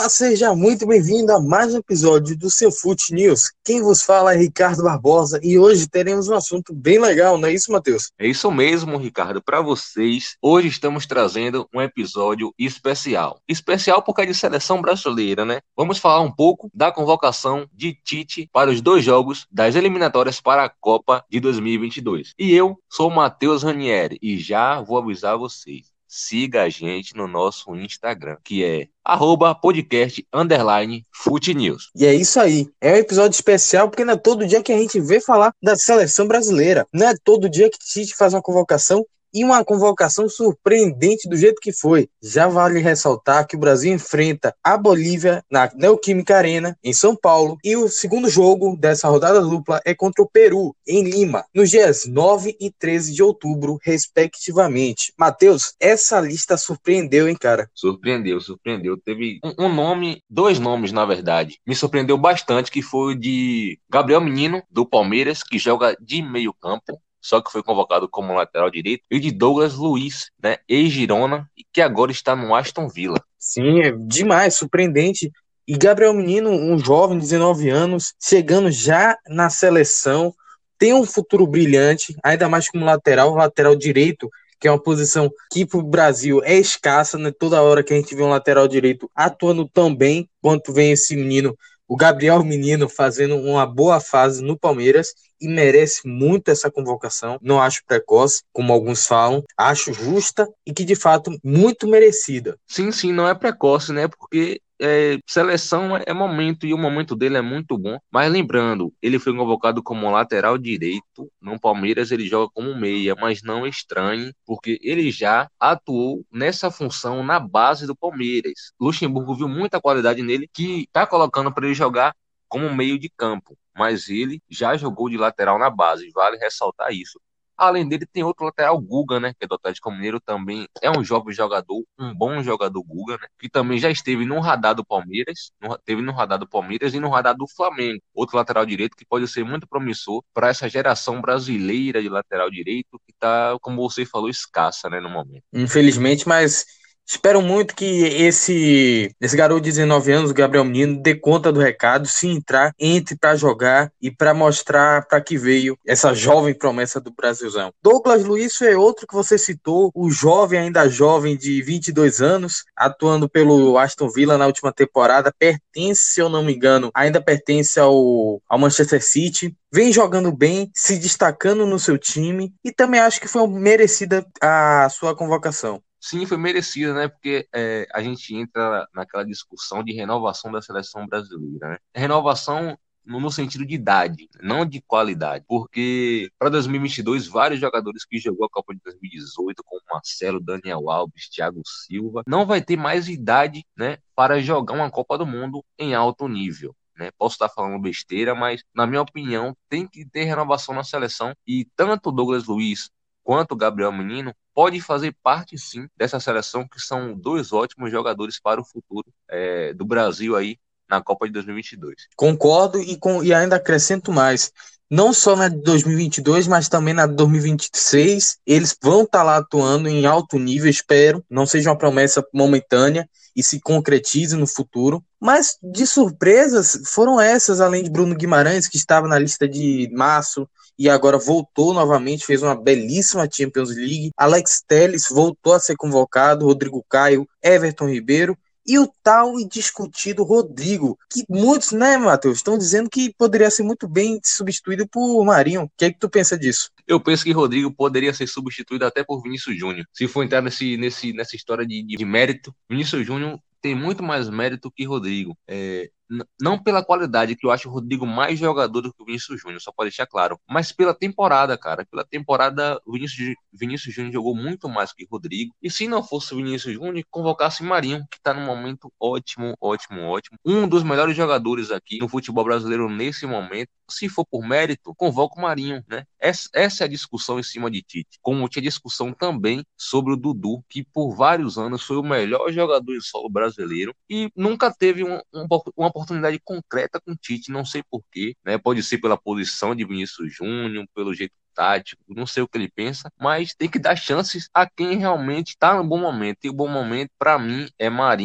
Olá, seja muito bem-vindo a mais um episódio do seu Fute News. Quem vos fala é Ricardo Barbosa e hoje teremos um assunto bem legal, não é isso, Matheus? É isso mesmo, Ricardo. Para vocês, hoje estamos trazendo um episódio especial. Especial porque é de seleção brasileira, né? Vamos falar um pouco da convocação de Tite para os dois jogos das eliminatórias para a Copa de 2022. E eu sou o Matheus Ranieri e já vou avisar vocês. Siga a gente no nosso Instagram, que é @podcast_FuteNews. E é isso aí, é um episódio especial porque não é todo dia que a gente vê falar da seleção brasileira. Não é todo dia que Tite faz uma convocação e uma convocação surpreendente do jeito que foi. Já vale ressaltar que o Brasil enfrenta a Bolívia na Neoquímica Arena, em São Paulo, e o segundo jogo dessa rodada dupla é contra o Peru, em Lima, nos dias 9 e 13 de outubro, respectivamente. Matheus, essa lista surpreendeu, hein, cara? Surpreendeu. Teve um nome, dois nomes, na verdade. Me surpreendeu bastante, que foi o de Gabriel Menino, do Palmeiras, que joga de meio campo, só que foi convocado como lateral direito, e de Douglas Luiz, né, ex-Girona, e que agora está no Aston Villa. Sim, é demais, surpreendente. E Gabriel Menino, um jovem de 19 anos, chegando já na seleção, tem um futuro brilhante, ainda mais como lateral direito, que é uma posição que para o Brasil é escassa, né? Toda hora que a gente vê um lateral direito atuando tão bem quanto vem esse menino, o Gabriel Menino, fazendo uma boa fase no Palmeiras e merece muito essa convocação. Não acho precoce, como alguns falam, acho justa e que de fato muito merecida. Sim, não é precoce, né? Porque seleção é momento e o momento dele é muito bom. Mas lembrando, ele foi convocado como lateral direito. No Palmeiras ele joga como meia, mas não estranhe, porque ele já atuou nessa função na base do Palmeiras. Luxemburgo viu muita qualidade nele que tá colocando para ele jogar como meio de campo. Mas ele já jogou de lateral na base, vale ressaltar isso. Além dele, tem outro lateral, Guga, né? Que é do Atlético Mineiro, também é um jovem jogador, um bom jogador, Guga, né? Que também já esteve no radar do Palmeiras, teve no radar do Palmeiras e no radar do Flamengo. Outro lateral direito que pode ser muito promissor para essa geração brasileira de lateral direito, que tá, como você falou, escassa, né, no momento. Infelizmente, mas espero muito que esse garoto de 19 anos, o Gabriel Menino, dê conta do recado, se entrar, entre para jogar e para mostrar para que veio essa jovem promessa do Brasilzão. Douglas Luiz foi outro que você citou, o jovem, ainda jovem de 22 anos, atuando pelo Aston Villa na última temporada, pertence, se eu não me engano, ainda pertence ao Manchester City. Vem jogando bem, se destacando no seu time e também acho que foi merecida a sua convocação. Sim, foi merecida, né? Porque a gente entra naquela discussão de renovação da seleção brasileira, né? Renovação no sentido de idade, não de qualidade. Porque para 2022, vários jogadores que jogou a Copa de 2018, como Marcelo, Daniel Alves, Thiago Silva, não vai ter mais idade, né, para jogar uma Copa do Mundo em alto nível. Né? Posso estar falando besteira, mas, na minha opinião, tem que ter renovação na seleção. E tanto o Douglas Luiz quanto o Gabriel Menino pode fazer parte, sim, dessa seleção, que são dois ótimos jogadores para o futuro do Brasil aí na Copa de 2022. Concordo e ainda acrescento mais. Não só na de 2022, mas também na de 2026. Eles vão estar lá atuando em alto nível, espero. Não seja uma promessa momentânea e se concretize no futuro. Mas de surpresas foram essas, além de Bruno Guimarães, que estava na lista de março e agora voltou novamente, fez uma belíssima Champions League. Alex Telles voltou a ser convocado, Rodrigo Caio, Everton Ribeiro. E o tal e discutido Rodrigo, que muitos, né, Matheus, estão dizendo que poderia ser muito bem substituído por Marinho. O que é que tu pensa disso? Eu penso que Rodrigo poderia ser substituído até por Vinícius Júnior. Se for entrar nessa história de mérito, Vinícius Júnior tem muito mais mérito que Rodrigo. Não pela qualidade, que eu acho o Rodrigo mais jogador do que o Vinícius Júnior, só para deixar claro, mas pela temporada, cara. Pela temporada, o Vinícius Júnior jogou muito mais que Rodrigo. E se não fosse o Vinícius Júnior, convocasse Marinho, que tá num momento ótimo, ótimo, ótimo. Um dos melhores jogadores aqui no futebol brasileiro nesse momento. Se for por mérito, convoca o Marinho, né? Essa é a discussão em cima de Tite. Como tinha discussão também sobre o Dudu, que por vários anos foi o melhor jogador em solo brasileiro e nunca teve uma oportunidade concreta com Tite, não sei porquê, né? Pode ser pela posição de Vinícius Júnior, pelo jeito tático, não sei o que ele pensa, mas tem que dar chances a quem realmente está no bom momento. E o bom momento, para mim, é Marinho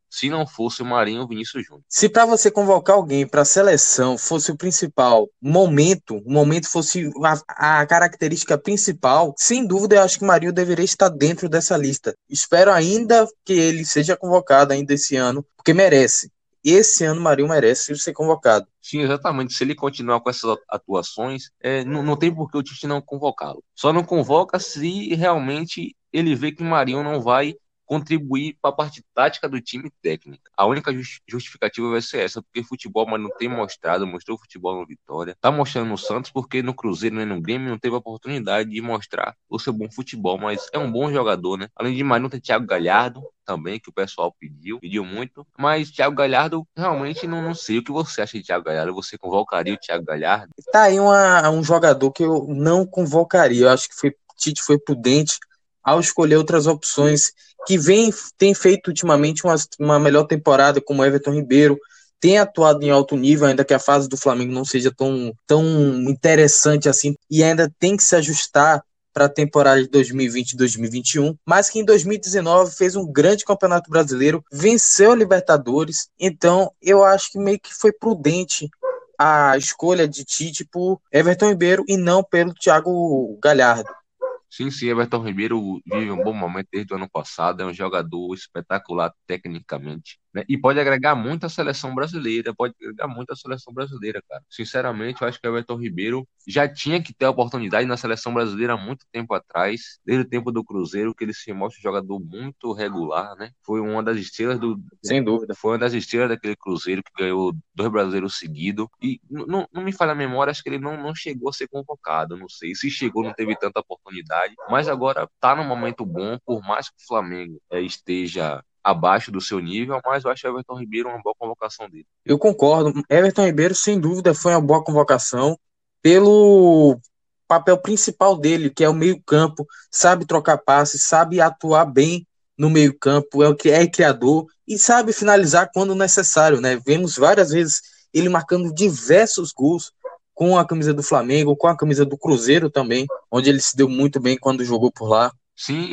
se não fosse o Marinho e o Vinícius Júnior. Se para você convocar alguém para a seleção fosse o principal o momento fosse a característica principal, sem dúvida eu acho que Marinho deveria estar dentro dessa lista. Espero ainda que ele seja convocado ainda esse ano, porque merece. Esse ano Marinho merece ser convocado. Sim, exatamente. Se ele continuar com essas atuações, não tem por que o Tite não convocá-lo. Só não convoca se realmente ele vê que o Marinho não vai contribuir para a parte tática do time técnica. A única justificativa vai ser essa, porque futebol, mas não tem mostrou futebol no Vitória, tá mostrando no Santos, porque no Cruzeiro nem no Grêmio não teve a oportunidade de mostrar o seu bom futebol, mas é um bom jogador, né? Além de mais, não tem Thiago Galhardo também, que o pessoal pediu muito, mas Thiago Galhardo, realmente não sei o que você acha de Thiago Galhardo, você convocaria o Thiago Galhardo? Tá aí um jogador que eu não convocaria. Eu acho que Tite foi prudente ao escolher outras opções que tem feito ultimamente uma melhor temporada, como Everton Ribeiro, tem atuado em alto nível, ainda que a fase do Flamengo não seja tão interessante assim, e ainda tem que se ajustar para a temporada de 2020 e 2021, mas que em 2019 fez um grande campeonato brasileiro, venceu a Libertadores, então eu acho que meio que foi prudente a escolha de Tite por Everton Ribeiro e não pelo Thiago Galhardo. Sim, sim, Everton Ribeiro vive um bom momento desde o ano passado, é um jogador espetacular tecnicamente, né? E pode agregar muito à seleção brasileira, cara. Sinceramente, eu acho que o Everton Ribeiro já tinha que ter a oportunidade na seleção brasileira há muito tempo atrás, desde o tempo do Cruzeiro, que ele se mostra um jogador muito regular, né? Sem dúvida. Foi uma das estrelas daquele Cruzeiro que ganhou 2 brasileiros seguidos. E não me falha a memória, acho que ele não chegou a ser convocado. Não sei se chegou, não teve tanta oportunidade. Mas agora tá num momento bom, por mais que o Flamengo esteja abaixo do seu nível, mas eu acho o Everton Ribeiro uma boa convocação dele. Eu concordo. Everton Ribeiro, sem dúvida, foi uma boa convocação pelo papel principal dele, que é o meio-campo, sabe trocar passes, sabe atuar bem no meio-campo, é criador e sabe finalizar quando necessário, né? Vemos várias vezes ele marcando diversos gols com a camisa do Flamengo, com a camisa do Cruzeiro também, onde ele se deu muito bem quando jogou por lá. Sim,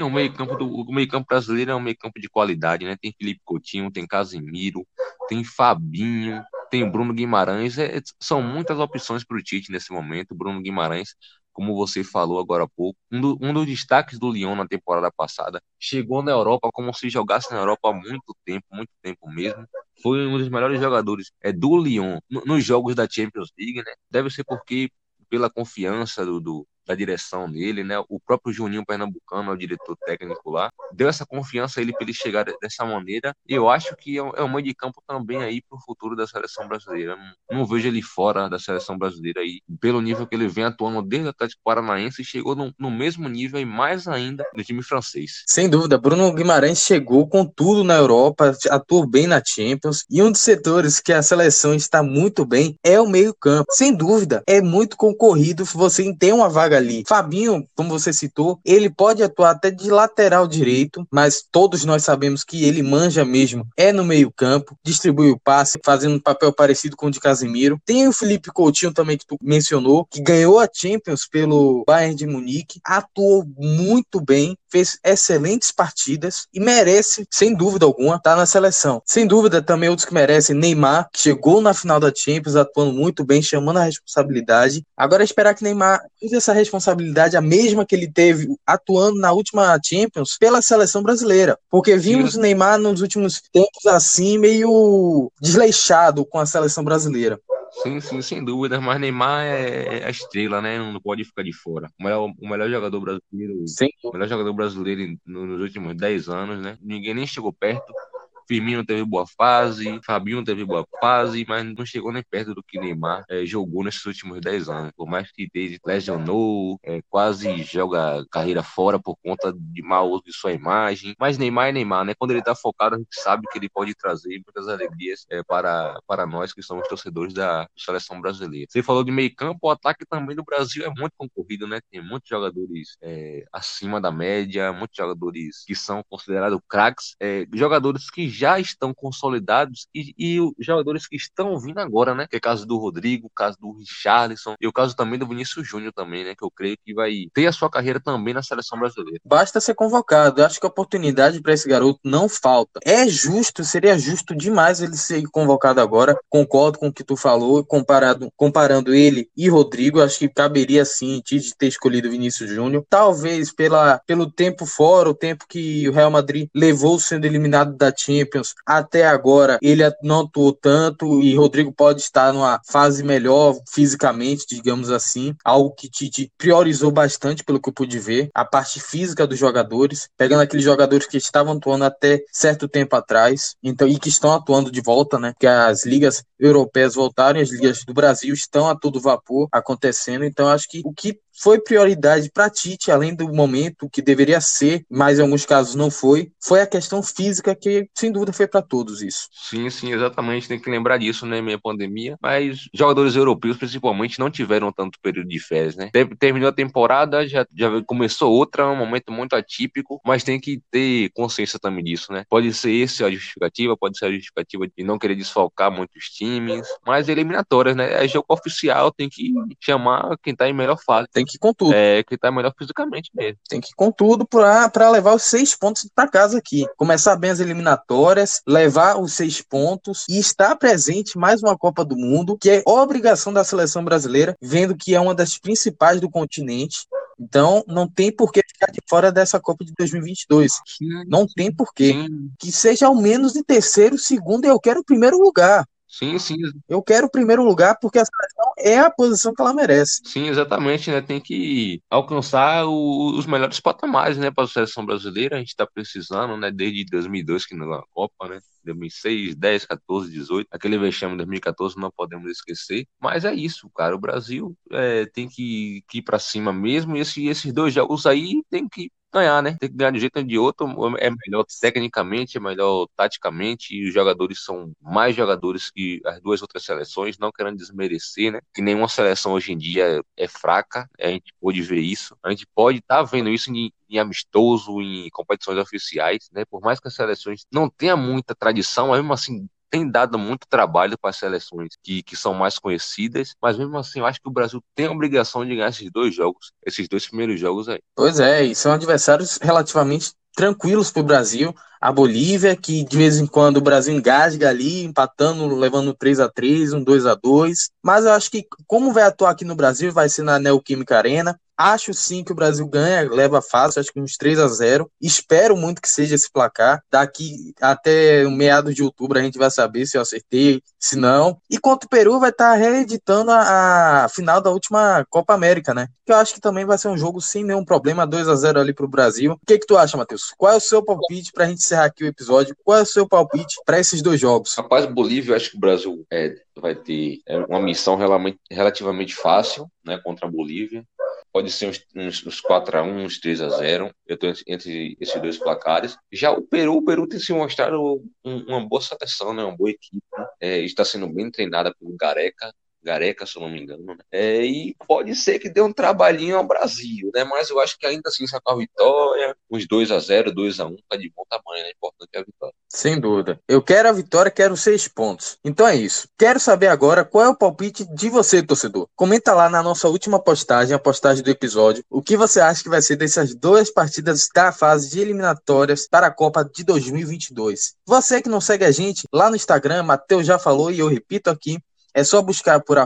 o meio-campo brasileiro é um meio-campo de qualidade, né? Tem Felipe Coutinho, tem Casemiro, tem Fabinho, tem Bruno Guimarães. São muitas opções para o Tite nesse momento. Bruno Guimarães, como você falou agora há pouco, um dos destaques do Lyon na temporada passada, chegou na Europa como se jogasse na Europa há muito tempo mesmo. Foi um dos melhores jogadores do Lyon nos jogos da Champions League, né? Deve ser porque pela confiança da direção dele, né? O próprio Juninho Pernambucano, o diretor técnico lá, deu essa confiança a ele para ele chegar dessa maneira. E eu acho que é um meio de campo também aí para o futuro da seleção brasileira. Não vejo ele fora da seleção brasileira aí, pelo nível que ele vem atuando desde o Atlético Paranaense e chegou no mesmo nível e mais ainda no time francês. Sem dúvida, Bruno Guimarães chegou com tudo na Europa, atuou bem na Champions, e um dos setores que a seleção está muito bem é o meio-campo. Sem dúvida, é muito concorrido você ter uma vaga ali. Fabinho, como você citou, ele pode atuar até de lateral direito, mas todos nós sabemos que ele manja mesmo no meio-campo, distribui o passe, fazendo um papel parecido com o de Casemiro. Tem o Felipe Coutinho também que tu mencionou, que ganhou a Champions pelo Bayern de Munique, atuou muito bem, fez excelentes partidas e merece, sem dúvida alguma, estar na seleção. Sem dúvida, também outros que merecem, Neymar, que chegou na final da Champions, atuando muito bem, chamando a responsabilidade. Agora é esperar que Neymar use essa responsabilidade, a mesma que ele teve atuando na última Champions, pela seleção brasileira. Porque vimos o Neymar nos últimos tempos assim, meio desleixado com a seleção brasileira. Sim, sim, sem dúvida, mas Neymar é a estrela, né? Não pode ficar de fora. O melhor jogador brasileiro, Sim. o melhor jogador brasileiro nos últimos 10 anos, né? Ninguém nem chegou perto. Firmino teve boa fase, Fabinho teve boa fase, mas não chegou nem perto do que Neymar jogou nesses últimos 10 anos. Por mais que desde lesionou, quase joga carreira fora por conta de mau uso de sua imagem. Mas Neymar é Neymar, né? Quando ele tá focado, a gente sabe que ele pode trazer muitas alegrias para nós que somos torcedores da seleção brasileira. Você falou de meio campo, o ataque também do Brasil é muito concorrido, né? Tem muitos jogadores acima da média, muitos jogadores que são considerados craques, jogadores que já estão consolidados e os jogadores que estão vindo agora, né? Que é o caso do Rodrigo, o caso do Richarlison e o caso também do Vinícius Júnior também, né? Que eu creio que vai ter a sua carreira também na seleção brasileira. Basta ser convocado. Eu acho que a oportunidade para esse garoto não falta. É justo, seria justo demais ele ser convocado agora. Concordo com o que tu falou, comparando ele e Rodrigo, acho que caberia sim de ter escolhido Vinícius Júnior. Talvez pelo tempo fora, o tempo que o Real Madrid levou sendo eliminado da Champions, até agora ele não atuou tanto e Rodrigo pode estar numa fase melhor fisicamente, digamos assim, algo que Tite priorizou bastante pelo que eu pude ver, a parte física dos jogadores, pegando aqueles jogadores que estavam atuando até certo tempo atrás, então, e que estão atuando de volta, né? Que as ligas europeias voltaram, as ligas do Brasil estão a todo vapor acontecendo, então acho que o que foi prioridade para Tite, além do momento que deveria ser, mas em alguns casos não foi a questão física que, sem dúvida, foi para todos isso. Sim, sim, exatamente, tem que lembrar disso, né, meia pandemia, mas jogadores europeus, principalmente, não tiveram tanto período de férias, né, terminou a temporada, já começou outra, um momento muito atípico, mas tem que ter consciência também disso, né, pode ser esse a justificativa, pode ser a justificativa de não querer desfalcar muitos times, mas eliminatórias, né, é jogo oficial, tem que chamar quem tá em melhor fase. Tem que ir com tudo. Que tá melhor fisicamente mesmo. Tem que ir com tudo para levar os 6 pontos para casa aqui. Começar bem as eliminatórias, levar os 6 pontos e estar presente mais uma Copa do Mundo, que é obrigação da seleção brasileira, vendo que é uma das principais do continente. Então, não tem por que ficar de fora dessa Copa de 2022. Não tem por quê. Que seja ao menos em terceiro, segundo, eu quero o primeiro lugar. Sim, sim. Eu quero o primeiro lugar porque a seleção é a posição que ela merece. Sim, exatamente, né? Tem que alcançar os melhores patamares, né, para a seleção brasileira. A gente está precisando, né, desde 2002 que na Copa, né? 2006, 10, 14, 18. Aquele vexame de 2014 não podemos esquecer. Mas é isso, cara. O Brasil tem que ir para cima mesmo. E esses 2 jogos aí tem que ganhar, né? Tem que ganhar de um jeito ou de outro. É melhor tecnicamente, é melhor taticamente. E os jogadores são mais jogadores que as 2 outras seleções, não querendo desmerecer, né? Que nenhuma seleção hoje em dia é fraca. A gente pode ver isso. A gente pode estar vendo isso em amistoso, em competições oficiais, né? Por mais que as seleções não tenham muita tradição, mas mesmo assim tem dado muito trabalho para as seleções que são mais conhecidas, mas mesmo assim eu acho que o Brasil tem a obrigação de ganhar esses 2 jogos, esses 2 primeiros jogos aí. Pois é, e são adversários relativamente tranquilos para o Brasil. A Bolívia, que de vez em quando o Brasil engasga ali, empatando, levando 3-3, um 2-2. Mas eu acho que, como vai atuar aqui no Brasil, vai ser na Neoquímica Arena. Acho sim que o Brasil ganha, leva fácil, acho que uns 3-0. Espero muito que seja esse placar. Daqui até meados de outubro a gente vai saber se eu acertei, se não. E contra o Peru vai estar reeditando a final da última Copa América, né? Que eu acho que também vai ser um jogo sem nenhum problema, 2-0 ali pro Brasil. O que tu acha, Matheus? Qual é o seu palpite pra gente encerrar aqui o episódio? Qual é o seu palpite para esses 2 jogos? Rapaz, Bolívia, eu acho que o Brasil vai ter uma missão relativamente fácil, né, contra a Bolívia. Pode ser uns 4-1, uns 3-0. Eu estou entre esses 2 placares. Já o Peru tem se mostrado uma boa seleção, né? Uma boa equipe. Está sendo bem treinada pelo Gareca, se eu não me engano, né? E pode ser que dê um trabalhinho ao Brasil, né? Mas eu acho que ainda assim, sacar a vitória, uns 2-0, 2-1, tá de bom tamanho, né? Importante é a vitória. Sem dúvida. Eu quero a vitória, quero 6 pontos. Então é isso. Quero saber agora qual é o palpite de você, torcedor. Comenta lá na nossa última postagem, a postagem do episódio, o que você acha que vai ser dessas 2 partidas da fase de eliminatórias para a Copa de 2022. Você que não segue a gente lá no Instagram, Matheus já falou e eu repito aqui, é só buscar por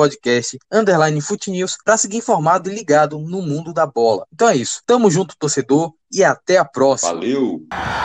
@podcast_FootNews para seguir informado e ligado no mundo da bola. Então é isso. Tamo junto, torcedor, e até a próxima. Valeu!